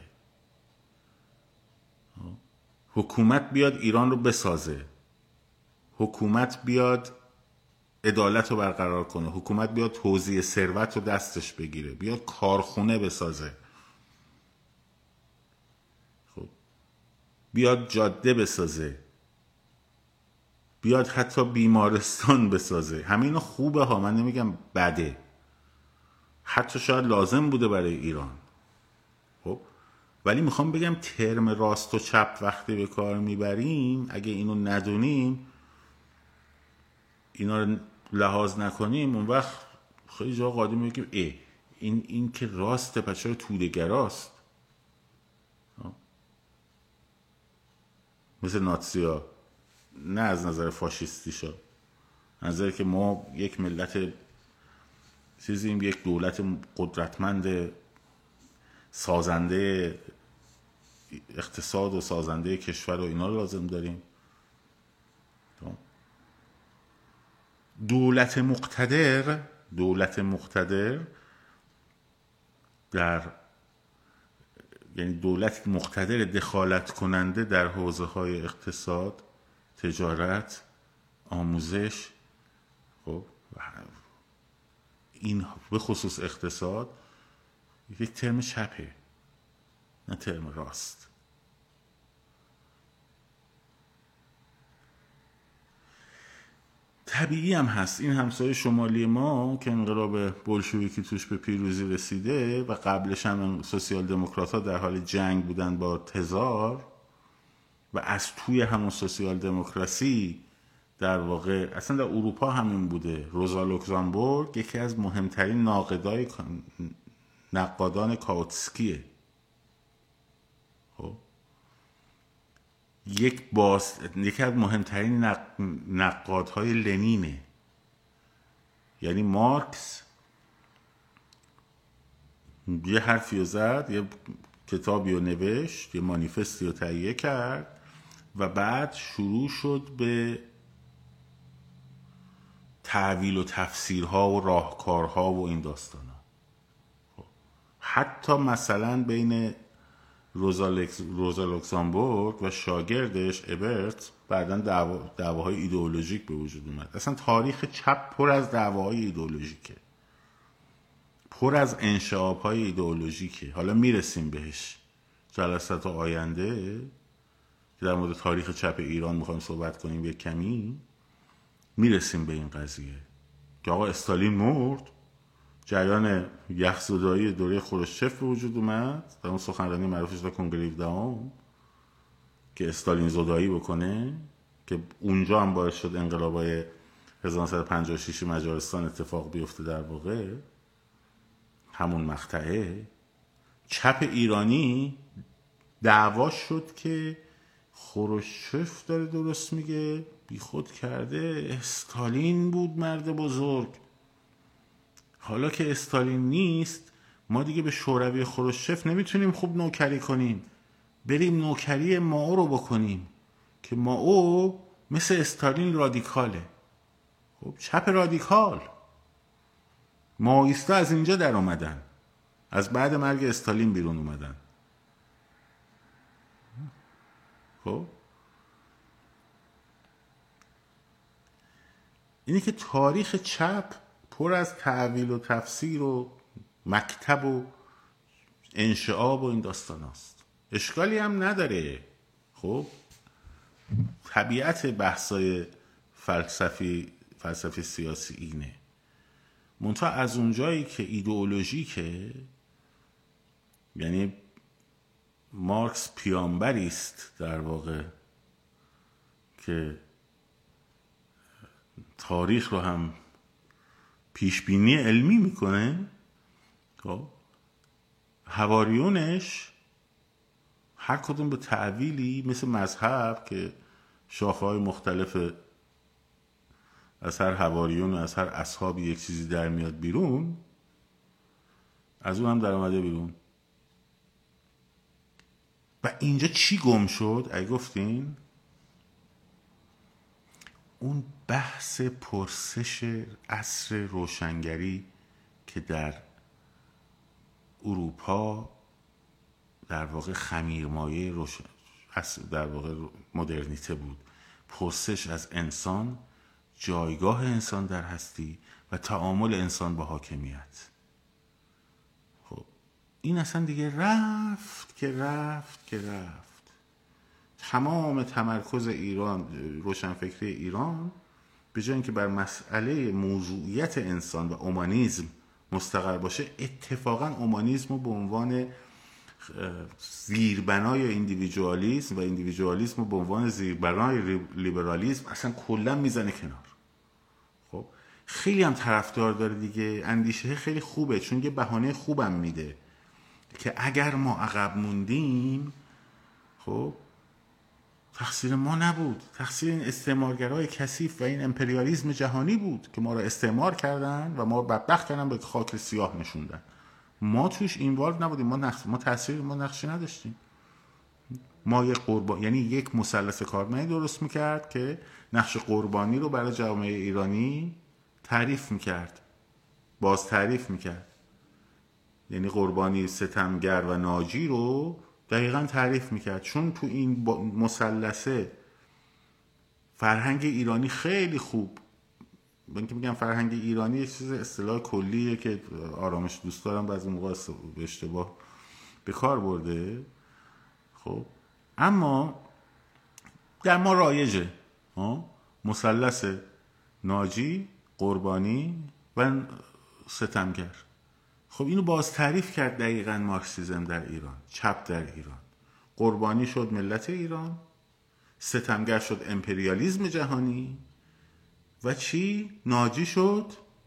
حکومت بیاد ایران رو بسازه، حکومت بیاد عدالت رو برقرار کنه، حکومت بیاد توزیع ثروت رو دستش بگیره، بیاد کارخونه بسازه، خب بیاد جاده بسازه، بیاد حتی بیمارستان بسازه. همین خوبه ها، من نمیگم بده، حتی شاید لازم بوده برای ایران. خب ولی میخوام بگم ترم راست و چپ وقتی به کار میبریم، اگه اینو ندونیم، اینا رو لحاظ نکنیم، اون وقت خیلی جا قاعده میگیم ای این این که راسته، پس چرا توده‌گراست؟ مثل ناتسیا، نه از نظر فاشیستیشا، از نظر که ما یک ملت چیزیم، یک دولت قدرتمند سازنده اقتصاد و سازنده کشور و اینا رو لازم داریم. دولت مقتدر دولت مقتدر در یعنی دولت مقتدر دخالت کننده در حوزه های اقتصاد، تجارت، آموزش، خب این به خصوص اقتصاد یک ترم چپه، نه ترم راست. طبیعی هم هست این همسایه شمالی ما که انقلاب بلشویکی توش به پیروزی رسیده و قبلش هم سوسیال دموکرات ها در حال جنگ بودن با تزار و از توی همون سوسیال دموکراسی در واقع اصلا در اروپا همین بوده. روزا لوکزامبورگ یکی از مهمترین ناقدای نقادان کاوتسکیه. خب یک باز یکی از مهمترین نق... نقادهای لنینه. یعنی مارکس یه حرفی رو زد، یه کتابی رو نوشت، یه مانیفستی رو تهیه کرد و بعد شروع شد به تعویل و تفسیرها و راهکارها و این داستانا. حتی مثلا بین روزا, لکس... روزا لوکزامبورگ و شاگردش ابرت بعدن دعوا... دعواهای ایدئولوژیک به وجود اومد. اصلا تاریخ چپ پر از دعواهای ایدئولوژیکه، پر از انشعابهای ایدئولوژیکه. حالا میرسیم بهش جلسات آینده که در مورد تاریخ چپ ایران میخوایم صحبت کنیم یک کمی. میرسیم به این قضیه که آقا استالین مرد، جریان یخزدایی دوره خروشچف به وجود اومد، در اون سخنرانی معروفش در کنگره دهم که استالین زدایی بکنه که اونجا هم باعث شد انقلابای هزار و نهصد و پنجاه و شش مجارستان اتفاق بیفته. در واقع همون مقطعه چپ ایرانی دعوا شد که خروشچف داره درست میگه، بی خود کرده، استالین بود مرد بزرگ. حالا که استالین نیست ما دیگه به شوروی خروشچف نمیتونیم خوب نوکری کنیم، بریم نوکری مائو رو بکنیم که مائو مثل استالین رادیکاله. خب چپ رادیکال، مائویستا از اینجا در اومدن، از بعد مرگ استالین بیرون اومدن. خب اینه که تاریخ چپ پر از تعویل و تفسیر و مکتب و انشعاب و این داستان هست. اشکالی هم نداره. خب طبیعت بحثای فلسفی فلسفی سیاسی اینه، منتها از اونجایی که ایدئولوژیکه، یعنی مارکس پیامبری است در واقع که تاریخ رو هم پیشبینی علمی میکنه، خب حواریونش هر کدوم به تعویلی مثل مذهب که شاخه‌های مختلف از هر حواریون و از هر اصحابی یک چیزی در میاد بیرون، از اون هم در آمده بیرون. و اینجا چی گم شد؟ اگه گفتین اون بحث پرسش عصر روشنگری که در اروپا در واقع خمیرمایه روشن در واقع مدرنیته بود، پرسش از انسان، جایگاه انسان در هستی و تعامل انسان با حاکمیت. خب این اصلا دیگه رفت که رفت که رفت. تمام تمرکز ایران، روشنفکری ایران، به جای اینکه بر مسئله موضوعیت انسان و اومانیسم مستقر باشه، اتفاقا اومانیسم رو به عنوان زیربنای ایندیویدوالیسم و ایندیویدوالیسم رو به عنوان زیربنای لیبرالیسم اصلا کلا میزنه کنار. خب خیلی هم طرفدار داره دیگه، اندیشه خیلی خوبه، چون یه بهانه خوبم میده که اگر ما عقب موندیم، خب تقصیر ما نبود، تقصیر این استعمارگرای کثیف و این امپریالیسم جهانی بود که ما را استعمار کردن و ما رو بدبخت کردن، به خاک سیاه نشوندن. ما توش اینوالو نبودیم، ما نقش ما تاثیر ما نقشی نداشتیم. ما یک قربان، یعنی یک مثلث کارمایی درست میکرد که نقش قربانی رو برای جامعه ایرانی تعریف میکرد، باز تعریف میکرد. یعنی قربانی، ستمگر و ناجی رو دقیقا تعریف میکرد، چون تو این مثلثه فرهنگ ایرانی خیلی خوب، من که میگم فرهنگ ایرانی یک چیز اصطلاح کلیه که آرامش دوست دارم بعضی موقع به اشتباه به کار برده. خب اما در ما رایجه مثلث ناجی، قربانی و ستمگر. خب اینو باز تعریف کرد دقیقاً مارکسیسم در ایران، چپ در ایران. قربانی شد ملت ایران، ستمگر شد امپریالیسم جهانی و چی؟ ناجی شد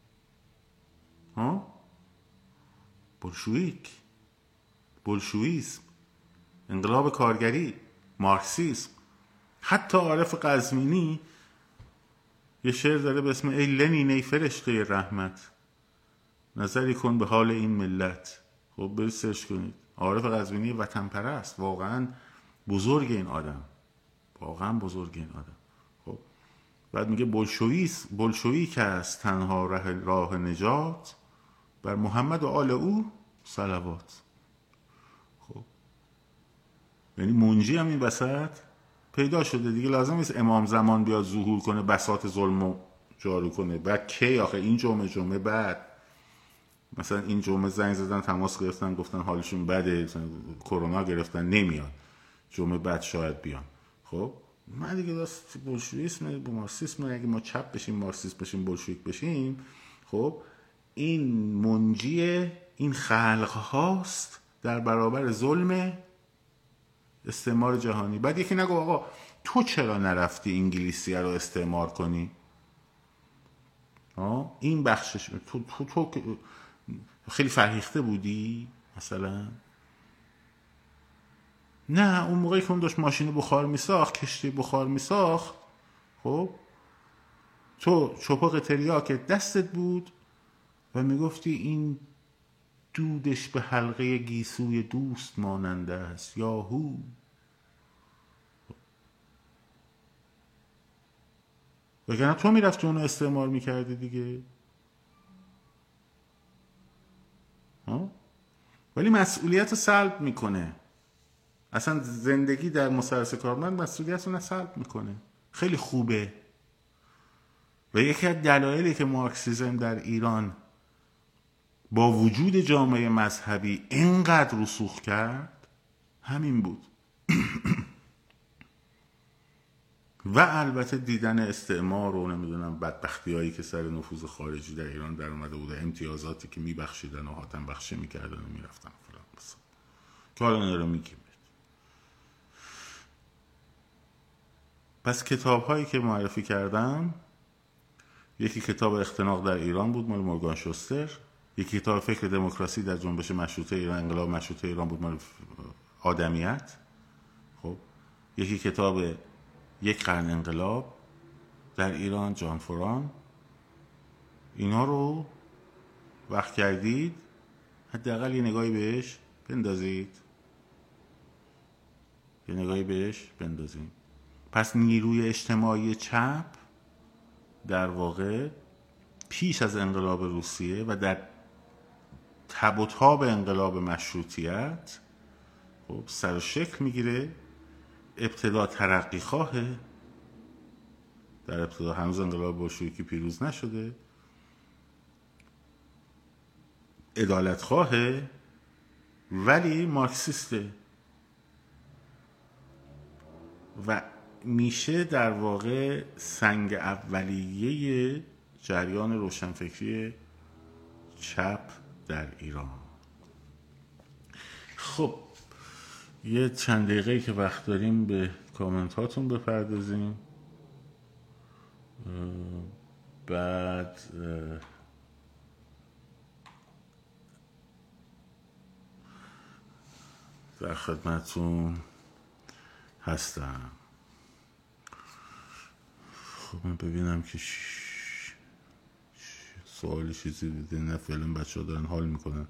ها؟ بولشویک، بولشویسم، انقلاب کارگری، مارکسیسم. حتی عارف قزوینی یه شعر داره به اسم ای لنین ای فرشته رحمت، نظری کن به حال این ملت. خب برید سرچ کنید. عارف قزوینی وطن پرست، واقعا بزرگ این آدم، واقعا بزرگ این آدم. خب بعد میگه بولشویس بولشویک است تنها راه راه نجات، بر محمد و آل او صلوات. خب یعنی منجی هم این وسط پیدا شده دیگه. لازم نیست امام زمان بیاد ظهور کنه بساط ظلمو جارو کنه. بعد کی آخه این جمعه جمعه بعد مثلا این جمعه زنگ زدن تماس گرفتن گفتن حالشون بده، کرونا گرفتن نمیاد، جمعه بعد شاید بیان. خب ما دیگه دست بولشویسم با مارکسیسم، اگه ما چپ بشیم مارکسیست بشیم بولشویک بشیم، خب این منجی این خلق هاست در برابر ظلم استعمار جهانی. بعد یکی نگو آقا تو چرا نرفتی انگلیسی رو استعمار کنی؟ آه این بخشش تو تو تو خیلی فرهیخته بودی مثلا؟ نه، اون موقعی که اون داشت ماشین بخار میساخت، کشتی بخار میساخت، خب تو چپق تریاک دستت بود و میگفتی این دودش به حلقه گیسوی دوست ماننده است یاهو. وگرنه تو میرفتی اونو استعمار میکردی دیگه. ها؟ ولی مسئولیت رو سلب میکنه. اصلا زندگی در مثلث کارمند مسئولیت رو سلب میکنه. خیلی خوبه. و یکی از دلایلی که مارکسیسم در ایران با وجود جامعه مذهبی اینقدر رسوخ کرد همین بود. و البته دیدن استعمار و نمیدونم بدبختی هایی که سر نفوذ خارجی در ایران در اومده بوده، امتیازاتی که میبخشیدن و حاتم بخشی میکردن و میرفتن فلان بسن که حالا اینا رو میگیم. پس کتاب هایی که معرفی کردم، یکی کتاب اختناق در ایران بود مال مورگان شوستر، یکی کتاب فکر دموکراسی در جنبش مشروطه ایران، انقلاب مشروطه ایران بود مال آدمیت. خب یکی کتاب یک قرن انقلاب در ایران جان فوران. اینا رو وقت کردید حداقل یه نگاهی بهش بندازید، یه نگاهی بهش بندازید. پس نیروی اجتماعی چپ در واقع پیش از انقلاب روسیه و در تب و تاب انقلاب مشروطیت خب سر و شکل میگیره. ابتدا ترقی خواهه، در ابتدا هنوز انقلاب بولشویکی پیروز نشده، عدالت خواهه ولی مارکسیسته و میشه در واقع سنگ اولیه جریان روشنفکری چپ در ایران. خب یه چند دقیقه که وقت داریم به کامنت هاتون بپردازیم. بعد در خدمتون هستم. خب من ببینم که ش... سوالی چیزی دیده نه، فعلا بچه ها دارن حال میکنن.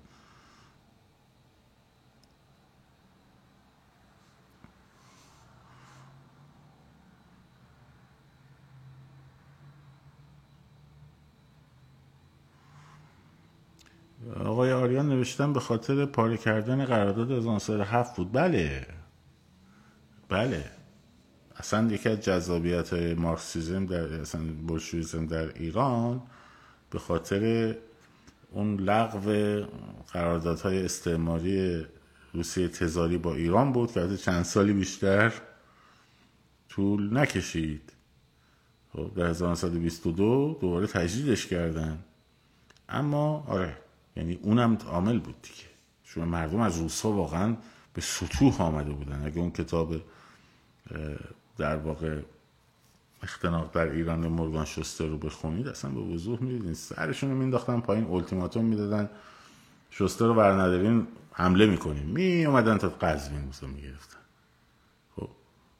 آقای آریان نوشتن به خاطر پاره کردن قرارداد هزار و نهصد و هفت بود. بله بله، اصلا یکی از جذابیت های مارکسیزم در اصلا بولشویسم در ایران به خاطر اون لغو قراردادهای استعماری روسیه تزاری با ایران بود که چند سالی بیشتر طول نکشید. خب در هزار و نهصد و بیست و دو دوباره تجدیدش کردن. اما آره، یعنی اونم عامل بود دیگه، چون مردم از روس‌ها واقعا به سطوح آمده بودن. اگه اون کتاب در واقع اختناق در ایران مورگان شوستر رو بخونید اصلا به وضوح می‌بینید سرشون رو مینداختن پایین، التیماتوم میدادن شوستر رو برندارین حمله میکنیم، می اومدن تا قزوین موسا میگرفتن. خب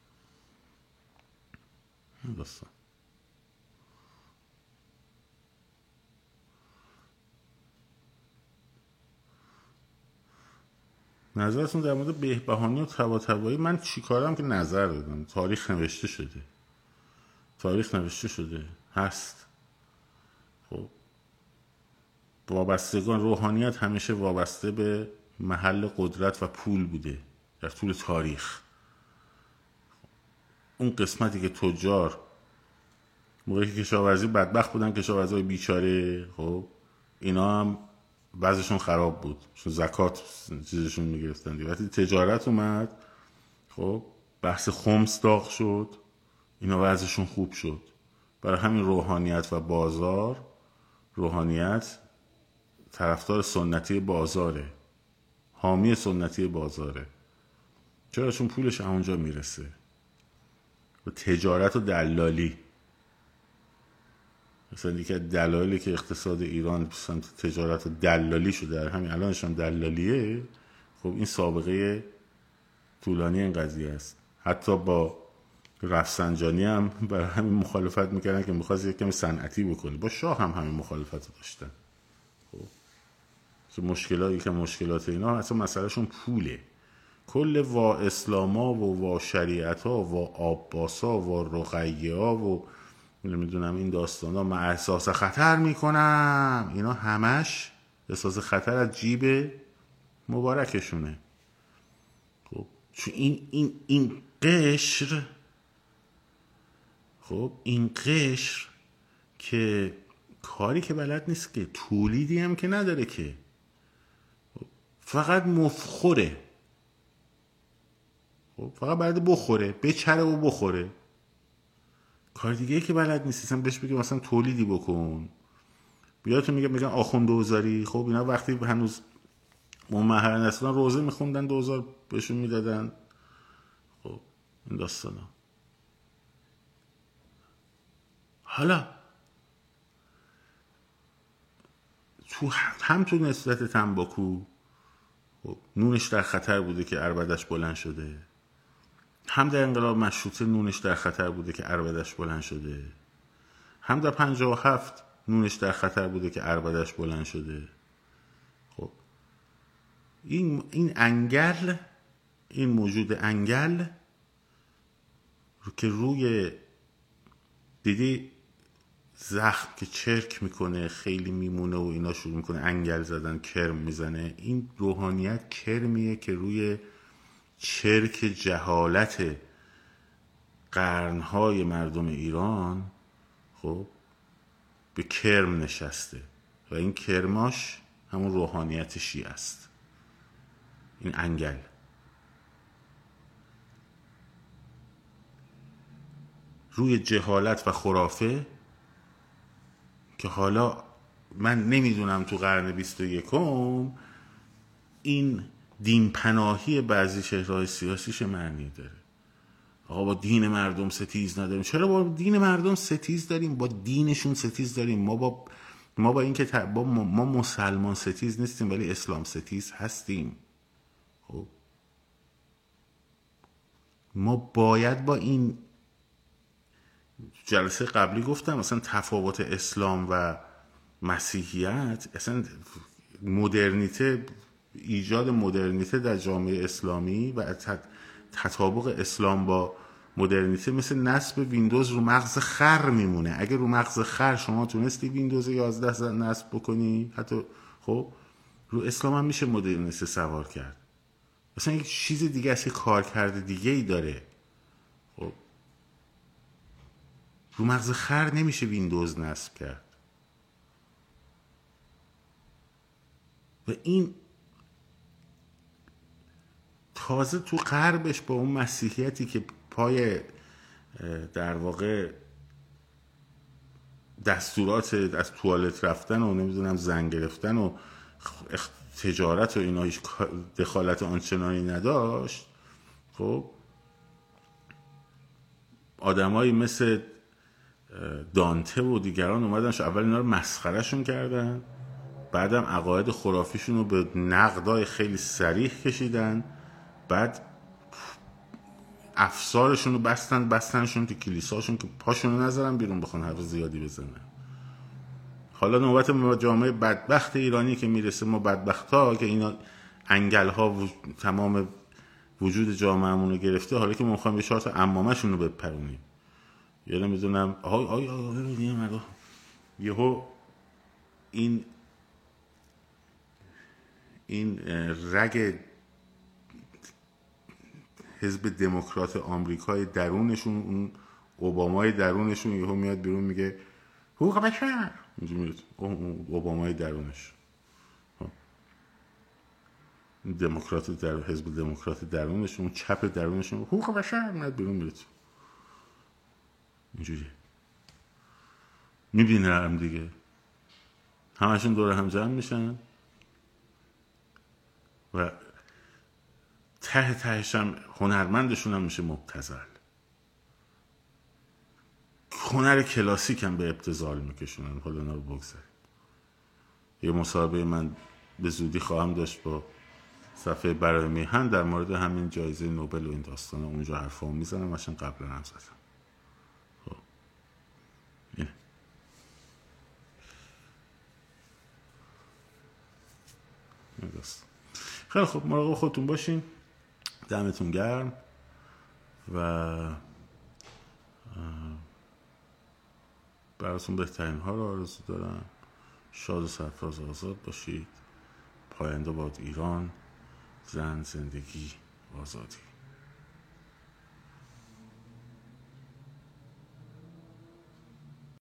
دوستان نظرتون در مورد بهبهانی و طباطبایی؟ من چیکارم که نظر دادم؟ تاریخ نوشته شده، تاریخ نوشته شده هست. خب وابستگان، روحانیت همیشه وابسته به محل قدرت و پول بوده در طول تاریخ. اون قسمتی که تجار موقعی که کشاورزی بدبخت بودن، کشاورزای بیچاره، خب اینا هم وضعشون خراب بود چون زکات چیزشون میگرفتن. وقتی تجارت اومد، خب بحث خمس داغ شد، اینا وضعشون خوب شد. برای همین روحانیت و بازار، روحانیت طرفدار سنتی بازاره، حامی سنتی بازاره. چرا؟ چون پولش اونجا میرسه. و تجارت و دلالی، مثلا یکی از دلایلی که اقتصاد ایران سمت تجارت و دلالی شده، همین الانش هم دلالیه. خب این سابقه طولانی این قضیه است. حتی با رفسنجانی هم برای همین مخالفت میکردن که میخواست یک کمی صنعتی بکنه. با شاه هم همین مخالفت داشتن. خب که مشکلات که مشکلات اینا اصلا مسئلهشون پوله. کل وا اسلاما و وا شریعتا و عباسا و رقیه ها و نمیدونم این داستان ها، من احساس خطر میکنم، اینا همش احساس خطر از جیب مبارکشونه. خب چون این این این قشر، خب این قشر که کاری که بلد نیست، که تولیدی هم که نداره، که فقط مفخوره. خب فقط بلد بخوره، بچره و بخوره. کار دیگه که بلد نیست. اصلا بهش بگه مثلا تولیدی بکن، بیاتون میگه میگن آخوند دوزاری. خب اینا وقتی هنوز منمهرن اصلا روزه میخوندن دوزار بهشون میدادن. خب این داستانا. حالا تو هم تو نسبت تنباکو، خب نونش در خطر بوده که عربدش بلند شده، هم در انقلاب مشروطه نونش در خطر بوده که عربدش بلند شده، هم در پنجاه و هفت نونش در خطر بوده که عربدش بلند شده. خب این این انگل، این موجود انگل رو که روی دیدی زخم که چرک میکنه خیلی میمونه و اینا شروع میکنه انگل زدن، کرم میزنه. این روحانیت کرمیه که روی چرک جهالت قرنهای مردم ایران خب به کرم نشسته و این کرماش همون روحانیت شیعه است. این انگل روی جهالت و خرافه که حالا من نمیدونم تو قرن بیست و یکم این دین پناهی بعضی شهرهای سیاسیش معنی داره. آقا با دین مردم ستیز نداریم. چرا با دین مردم ستیز داریم؟ با دینشون ستیز داریم. ما با ما با این که با ما مسلمان ستیز نیستیم ولی اسلام ستیز هستیم. خب ما باید با این جلسه قبلی گفتم مثلا تفاوت اسلام و مسیحیت، اصلا مدرنیته، ایجاد مدرنیته در جامعه اسلامی و تطابق اسلام با مدرنیته مثل نصب ویندوز رو مغز خر میمونه. اگه رو مغز خر شما تونستی ویندوز یازده نصب بکنی، حتی خب رو اسلام هم میشه مدرنیته سوار کرد. مثلا یک چیز دیگه است، کار کرده دیگه ای داره. خب رو مغز خر نمیشه ویندوز نصب کرد. و این تازه تو غربش با اون مسیحیتی که پای در واقع دستورات از توالت رفتن و نمیدونم زن گرفتن و تجارت و اینا هیچ دخالت آنچنانی نداشت، خب آدمایی مثل دانته و دیگران اومدن اول اینا رو مسخرهشون کردن، بعدم عقاید خرافیشون رو به نقدای خیلی صریح کشیدن، بعد افسارشون رو بستن بستنشون تو کلیساشون که پاشون رو نذارن بیرون بخوان حرف زیادی بزنن. حالا نوبت ما جامعه بدبخت ایرانی که میرسه، ما بدبخت ها که اینا انگل ها و تمام وجود جامعهمون رو گرفته، حالا که ما میخوایم به چهار تا عمامه‌شون رو بپرونیم، یا نمیدونم آهای آهای آهای آهای یهو این این رگ حزب دموکرات آمریکای درونشون، اون اوبامای درونشون یهو میاد بیرون میگه حقوق بشر، میاد اوبامای درونش، دموکرات در حزب دموکرات درونشون، اون چپ درونشون حقوق بشر میاد بیرون میره اینجوری میبینه هم دیگه، همشون دور هم جمع میشن و ته تهش هم هنرمندشون هم میشه مبتذل. هنر کلاسیک هم به ابتذال میکشونن. حالا اینا رو بگذاریم. یه مصاحبه من به زودی خواهم داشت با صفحه برای میهن در مورد همین جایزه نوبل و این داستان، اونجا حرفا میزنم عشان قبلا هم زدم. خب اینه. خیلی خوب، مراقب خودتون باشین، دمتون گرم و براتون بهترین ها رو آرزو دارم. شاد و سرفراز آزاد باشید. پاینده باد ایران، زن، زندگی، آزادی.